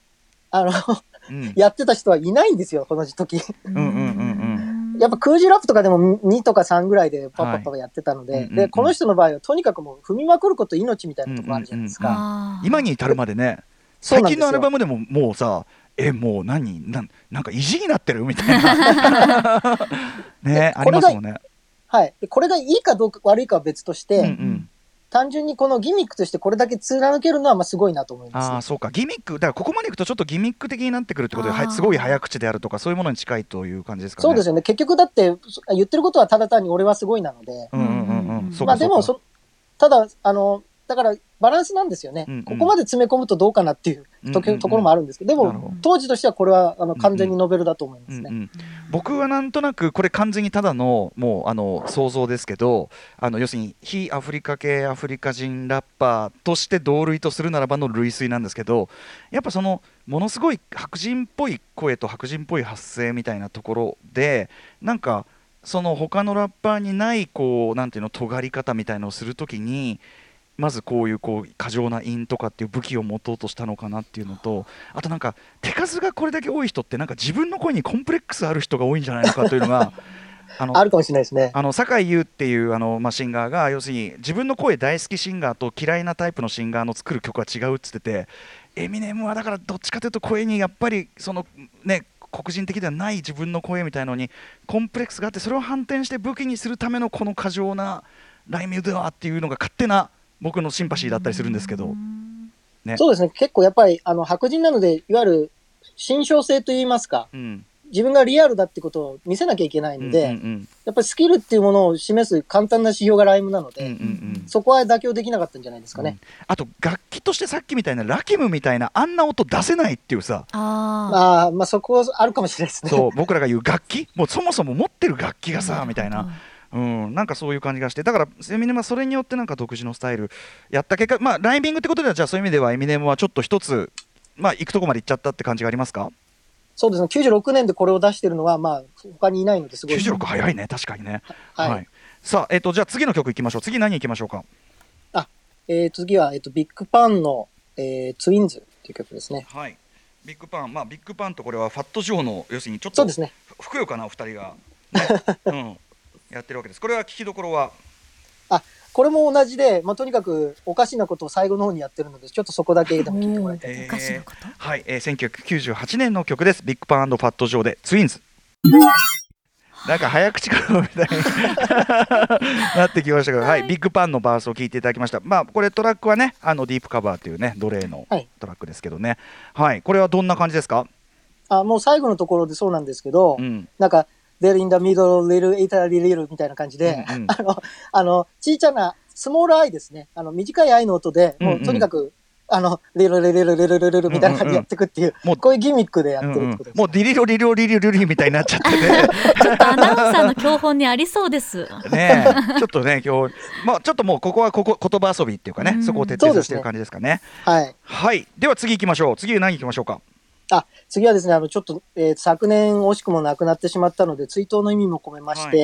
やってた人はいないんですよ、この時。やっぱ空中ラップとかでも2とか3ぐらいでパパパパやってたので、でこの人の場合はとにかくもう踏みまくること命みたいなところあるじゃないですか。 今に至るまでね、最近のアルバムでももうさ、もうなんか意地になってるみたいなね、ありますもんね。 はい。これがいいかどうか悪いかは別として、単純にこのギミックとしてこれだけ貫けるのはすごいなと思います。 そうか、ギミックだからここまでいくとちょっとギミック的になってくるってことで、すごい早口であるとかそういうものに近いという感じですかね。 そうですよね。結局だって言ってることはただ単に俺はすごいなので、でもただだからバランスなんですよね。ここまで詰め込むとどうかなっていうところもあるんですけど、でも当時としてはこれは完全にノベルだと思いますね。 僕はなんとなくこれ完全にただのもう想像ですけど、要するに非アフリカ系アフリカ人ラッパーとして同類とするならばの類推なんですけど、やっぱそのものすごい白人っぽい声と白人っぽい発声みたいなところで、なんかその他のラッパーにないなんていうの尖り方みたいのをするときに、まずこういう過剰な韻とかっていう武器を持とうとしたのかなっていうのと、あとなんか手数がこれだけ多い人ってなんか自分の声にコンプレックスある人が多いんじゃないのかというのがあるかもしれないですね。 酒井優っていうシンガーが、要するに自分の声大好きシンガーと嫌いなタイプのシンガーの作る曲は違うっつってて、エミネムはだからどっちかというと声にやっぱりそのね黒人的ではない自分の声みたいのにコンプレックスがあって、それを反転して武器にするためのこの過剰なライムではっていうのが勝手な僕のシンパシーだったりするんですけど、 ね、そうですね。結構やっぱり白人なのでいわゆる心象性といいますか、自分がリアルだってことを見せなきゃいけないので、やっぱりスキルっていうものを示す簡単な指標がライムなので、そこは妥協できなかったんじゃないですかね。 あと楽器としてさっきみたいなラキムみたいなあんな音出せないっていうさ、 そこはあるかもしれないですね。 そう、僕らが言う楽器、もうそもそも持ってる楽器がさみたいな。なんかそういう感じがして、だからエミネムはそれによってなんか独自のスタイルやった結果、ライミングってことでは、じゃあそういう意味ではエミネムはちょっと一つ行くとこまで行っちゃったって感じがありますか？ そうですね。96年でこれを出してるのは他にいないのですごい。 96早いね、確かにね。はい。さあじゃあ次の曲いきましょう。次何いきましょうか？ 次はビッグパンのツインズっていう曲ですね。 はい。ビッグパン、ビッグパンとこれはファットジョーの要するにちょっとそうですね。 ふくよかなお二人がね、やってるわけです。これは聞きどころは？ これも同じで、とにかくおかしなことを最後の方にやってるので、ちょっとそこだけでも聞いてもらいたい。 おかしなこと？ はい、1998年の曲です。ビッグパン&ファットジョーでツインズ。なんか早口からみたいになってきましたけど、はい、ビッグパンのバースを聞いていただきました。これトラックはね、ディープカバーというね、奴隷のトラックですけどね。はい、これはどんな感じですか？ もう最後のところでそうなんですけど、なんかThere in the middle, little, little みたいな感じで、小さなスモールアイですね。短いアイの音で、もうとにかく、リロリロリロリロリロみたいな感じでやっていくっていう、こういうギミックでやってるってことです。 もうディリロリロリリロリみたいになっちゃってね。 ちょっとアナウンサーの教本にありそうです。 ねえ、ちょっとね、今日、ちょっともうここは言葉遊びっていうかね、そこを徹底させてる感じですかね。 はい。 はい。では次行きましょう。次何行きましょうか？ 次はですね、ちょっと、昨年惜しくも亡くなってしまったので、追悼の意味も込めまして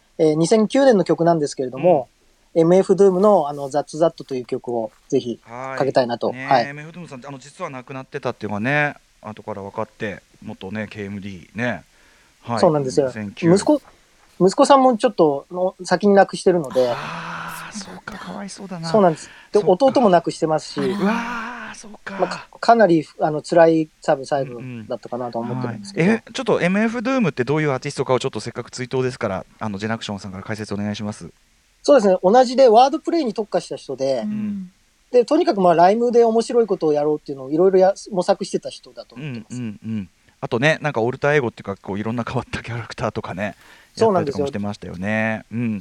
、2009年の曲なんですけれども、MF ドゥームのザッツザットという曲をぜひかけたいなと。 MF ドゥームさん、実は亡くなってたっていうのがね、後から分かって、元ね、KMD ね。 はい、そうなんですよ。息子さんもちょっと先に亡くしてるので。 そうか、かわいそうだな。 そうなんです。で、弟も亡くしてますし。 そうか。 かなり辛い最後だったかなと思ってるんですけど、 ちょっと MF ドゥームってどういうアーティストかをちょっとせっかく追悼ですからジェナクションさんから解説お願いします。 そうですね、同じでワードプレイに特化した人で、でとにかくライムで面白いことをやろうっていうのをいろいろ模索してた人だと思ってます。 あとね、なんかオルターエゴっていうかいろんな変わったキャラクターとかね、やったりとかもしてましたよね。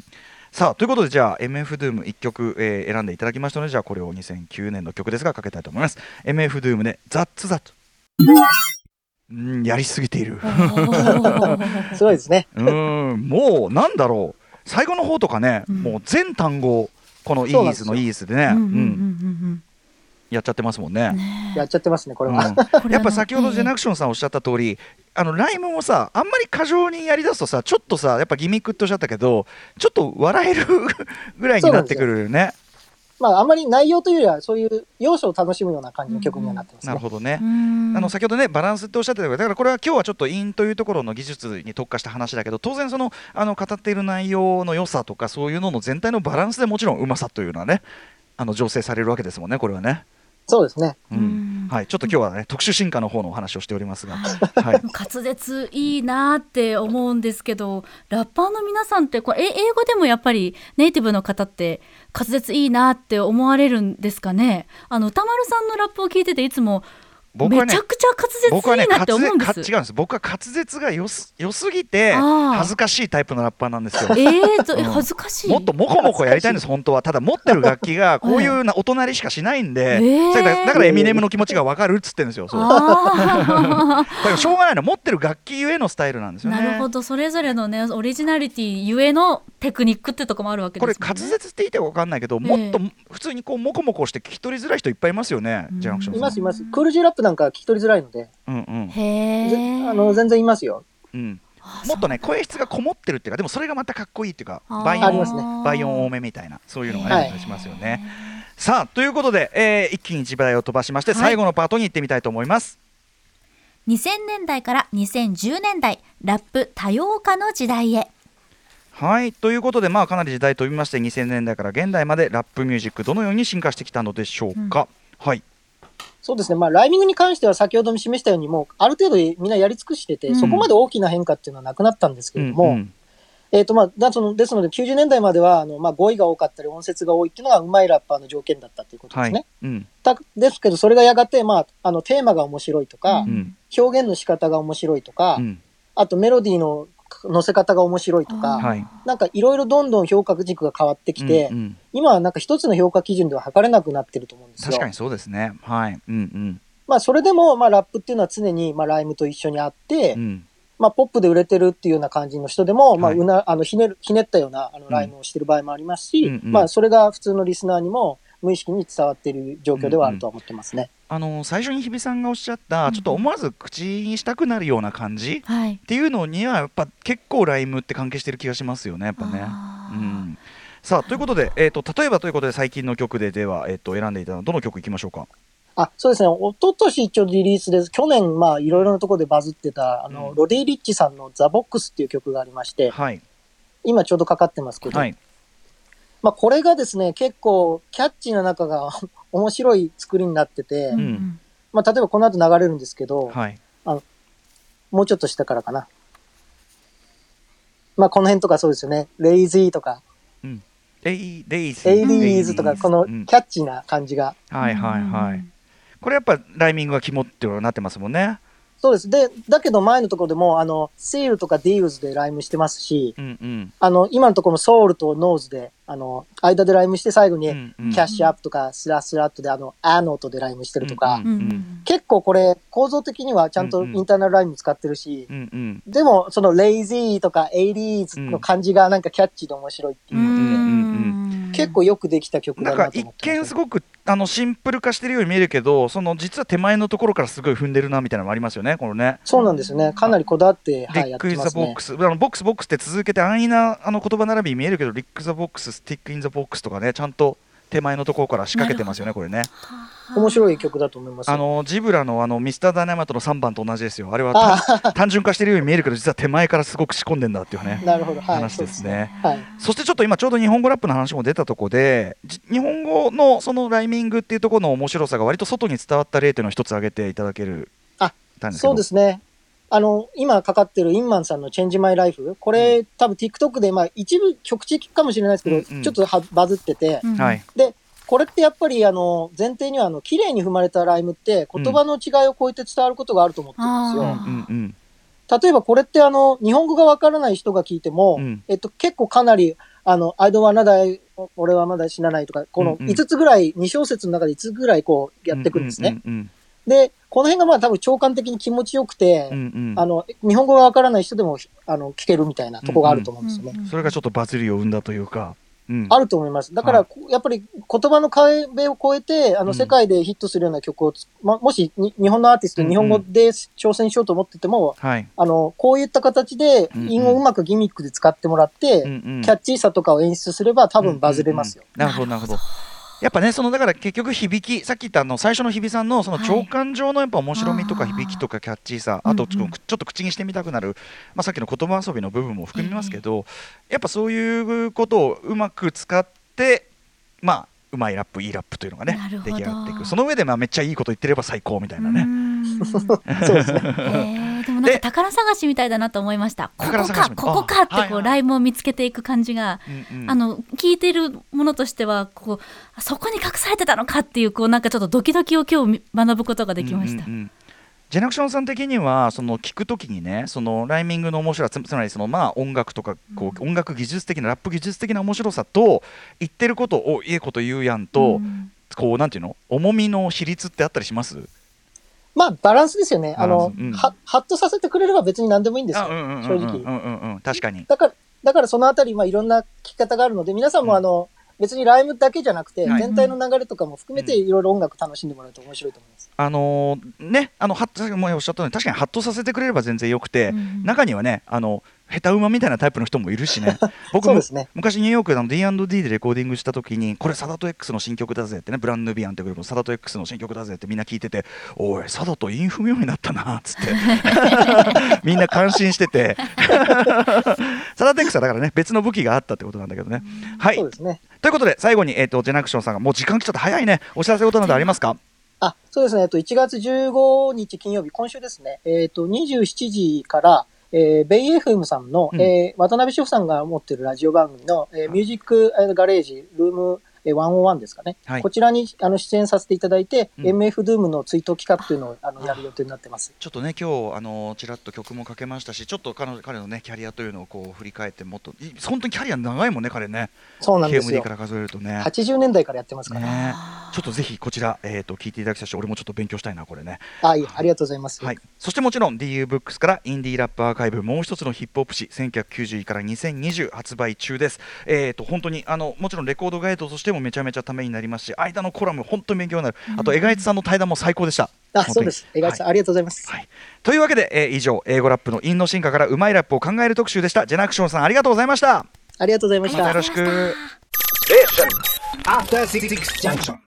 さあということでじゃあ MF Doom 1曲、選んでいただきましたので、じゃあこれを2009年の曲ですがかけたいと思います。 MF Doom でザッツザット。やりすぎているすごいですね。 もうなんだろう、最後の方とかね、もう全単語このイーズのイーズでね、やっちゃってますもんね。 やっちゃってますねこれは、 やっぱ先ほどジェナクションさんおっしゃった通り、ライムもさあんまり過剰にやりだすとさ、ちょっとさやっぱギミックっておっしゃったけど、ちょっと笑えるぐらいになってくるよね。 まあ、あまり内容というよりはそういう要素を楽しむような感じの曲にはなってますね。 なるほどね。先ほどねバランスっておっしゃってたけど、だからこれは今日はちょっと韻というところの技術に特化した話だけど、当然その語っている内容の良さとかそういうのの全体のバランスでもちろんうまさというのはね醸成されるわけですもんね、これはね。 そうですね、 はい、ちょっと今日はね特殊進化の方のお話をしておりますが、 はい、滑舌いいなって思うんですけど、ラッパーの皆さんってこう英語でもやっぱりネイティブの方って滑舌いいなって思われるんですかね。歌丸さんのラップを聞いてていつもめちゃくちゃ滑舌いいなって思うんです。 違うんです。僕は滑舌が良すぎて恥ずかしいタイプのラッパーなんですよ。 恥ずかしい。 もっとモコモコやりたいんです本当は。ただ持ってる楽器がこういうお隣しかしないんで、だからエミネムの気持ちが分かるっつってんですよ。そうだからしょうがないの、持ってる楽器ゆえのスタイルなんですよね。 なるほど、それぞれのねオリジナリティゆえのテクニックってとこもあるわけですもんね。 これ滑舌って言って分かんないけど、もっと普通にこうモコモコして聞き取りづらい人いっぱいいますよね。ジャンクションさんいます。クールジーラップなんか聞き取りづらいので、全然いますよ。 もっとね声質がこもってるっていうか、でもそれがまたかっこいいっていうか、倍音多めみたいなそういうのがあったりしますよね。さあということで、一気に時代を飛ばしまして、最後のパートに行ってみたいと思います。 2000年代から2010年代ラップ多様化の時代へ。 はい、ということで、かなり時代飛びまして2000年代から現代までラップミュージックどのように進化してきたのでしょうか。はい、 そうですね、ライミングに関しては先ほども示したようにもうある程度みんなやり尽くしてて、そこまで大きな変化っていうのはなくなったんですけれども、ですので90年代までは語彙が多かったり音節が多いっていうのがうまいラッパーの条件だったということですね。ですけどそれがやがて、テーマが面白いとか、表現の仕方が面白いとか、あとメロディーの乗せ方が面白いとか、なんかいろいろどんどん評価軸が変わってきて、今はなんか一つの評価基準では測れなくなってると思うんですよ。 確かにそうですね。はい。 それでもラップっていうのは常にライムと一緒にあって、ポップで売れてるっていうような感じの人でも、ひねったようなライムをしてる場合もありますし、それが普通のリスナーにも無意識に伝わっている状況ではあるとは思ってますね。 最初に日比さんがおっしゃった、ちょっと思わず口にしたくなるような感じ、っていうのにはやっぱ結構ライムって関係してる気がしますよね、やっぱね。さあということで、例えばということで最近の曲では、選んでいたのはどの曲いきましょうか。 そうですね、一昨年一応リリースです。去年いろいろなところでバズってたロディ・リッチさんのザ・ボックスっていう曲がありまして、今ちょうどかかってますけど、これがですね結構キャッチーな中が面白い作りになってて、例えばこの後流れるんですけど、もうちょっと下からかな、この辺とかそうですよね、レイジーとか、 レイジーズとか、このキャッチーな感じが、 これやっぱライミングが肝ってなってますもんね。 そうです。だけど前のところでもセールとかディーズでライムしてますし、今のところもソウルとノーズで間でライムして最後にキャッシュアップとかスラットでアノートでライムしてるとか、結構これ構造的にはちゃんとインターナルライム使ってるし、でもそのレイジーとかエイリーズの感じがなんかキャッチーで面白いっていうので、結構よくできた曲だなと思ってます。 一見すごくシンプル化してるように見えるけど、実は手前のところからすごい踏んでるなみたいなのもありますよね、このね。 そうなんですね。かなりこだわって、 やってますね。リック・イン・ザ・ボックス、ボックスって続けて安易な言葉並びに見えるけど、リック・ザ・ボックス、スティック・イン・ザ・ボックスとかね、ちゃんと手前のところから仕掛けてますよね、これね。 面白い曲だと思います。 ジブラのミスターダイナマイトの3番と同じですよ。あれは単純化してるように見えるけど、実は手前からすごく仕込んでんだっていうね、話ですね。そしてちょっと今ちょうど日本語ラップの話も出たところで、日本語のそのライミングっていうところの面白さが割と外に伝わった例というのを一つ挙げていただける。 そうですね。今かかってるインマンさんのチェンジマイライフ、これ、多分 TikTok で一部局地かもしれないですけど、ちょっとバズってて、でこれってやっぱり前提には綺麗に踏まれたライムって言葉の違いを超えて伝わることがあると思ってるんですよ。例えばこれって日本語がわからない人が聞いても、結構かなり I don't wanna die 俺はまだ死なないとか、この5つぐらい、2小節の中で5つぐらいこうやってくるんですね。で、この辺がまあ多分聴感的に気持ちよくて、日本語がわからない人でも聞けるみたいなとこがあると思うんですよね。 それがちょっとバズりを生んだというか。 あると思います。だから、やっぱり言葉の壁を越えて、世界でヒットするような曲をもし日本のアーティスト、日本語で挑戦しようと思ってても、こういった形で、韻をうまくギミックで使ってもらって、キャッチーさとかを演出すれば多分バズれますよ。 なるほど、なるほど。やっぱね、だから結局響き、さっき言った最初の日比さんのその聴感上のやっぱ面白みとか響きとかキャッチーさ、あとちょっと口にしてみたくなる、さっきの言葉遊びの部分も含みますけど、やっぱそういうことをうまく使って、うまいラップ、いいラップというのがね、出来上がっていく。その上でめっちゃいいこと言ってれば最高みたいなね。 そうですね。 でもなんか宝探しみたいだなと思いました。ここかってこうライムを見つけていく感じが、聞いてるものとしてはそこに隠されてたのかっていうなんかちょっとドキドキを今日学ぶことができました。 ジェナクションさん的には聞くときにね、ライミングの面白さ、つまり音楽とか音楽技術的なラップ技術的な面白さと言ってることをいいこと言うやんと、なんていうの、重みの比率ってあったりします？ バランスですよね。ハッとさせてくれれば別に何でもいいんですよ、正直。 確かに。 だからそのあたりいろんな聞き方があるので、皆さんも別にライムだけじゃなくて、全体の流れとかも含めていろいろ音楽楽しんでもらうと面白いと思います。 さっきもおっしゃったように確かにハッとさせてくれれば全然よくて、中にはね下手馬みたいなタイプの人もいるしね。僕も昔ニューヨークでD&D でレコーディングした時に、これサダト X の新曲だぜってね、ブランヌビアンってグループのサダト X の新曲だぜってみんな聞いてて、おいサダトイン踏むようになったなっつってみんな感心しててサダト X はだからね別の武器があったってことなんだけどね。はい、そうですね。ということで最後にジェナクションさんがもう時間来ちゃって早いね、お知らせことなどありますか？ そうですね。1月15日金曜日、今週ですね。27時からベイ FM さんの、渡辺志保さんが持っているラジオ番組の、ミュージックガレージルーム101ですかね、こちらに出演させていただいて、MF ドゥームの追悼企画というのをやる予定になってます。 ちょっとね今日ちらっと曲もかけましたし、ちょっと彼のねキャリアというのを振り返って、もっと本当にキャリア長いもんね彼ね。 そうなんですよ。 KMD から数えるとね 80年代からやってますからね。ちょっとぜひこちら、聞いていただきたいし、俺もちょっと勉強したいなこれね。 ありがとうございます。 そしてもちろん DU ブックスからインディーラップアーカイブ、もう一つのヒップホップ誌1990から2020発売中です。本当にもちろんレコードガイドとしてもめちゃめちゃためになりますし、間のコラム本当に勉強になる。あと江賀一さんの対談も最高でした。 そうです。江賀一さん、ありがとうございます。 というわけで、以上英語ラップの韻の進化からうまいラップを考える特集でした。ジェナクションさんありがとうございました。 ありがとうございました。 またよろしく。 After 66 junction.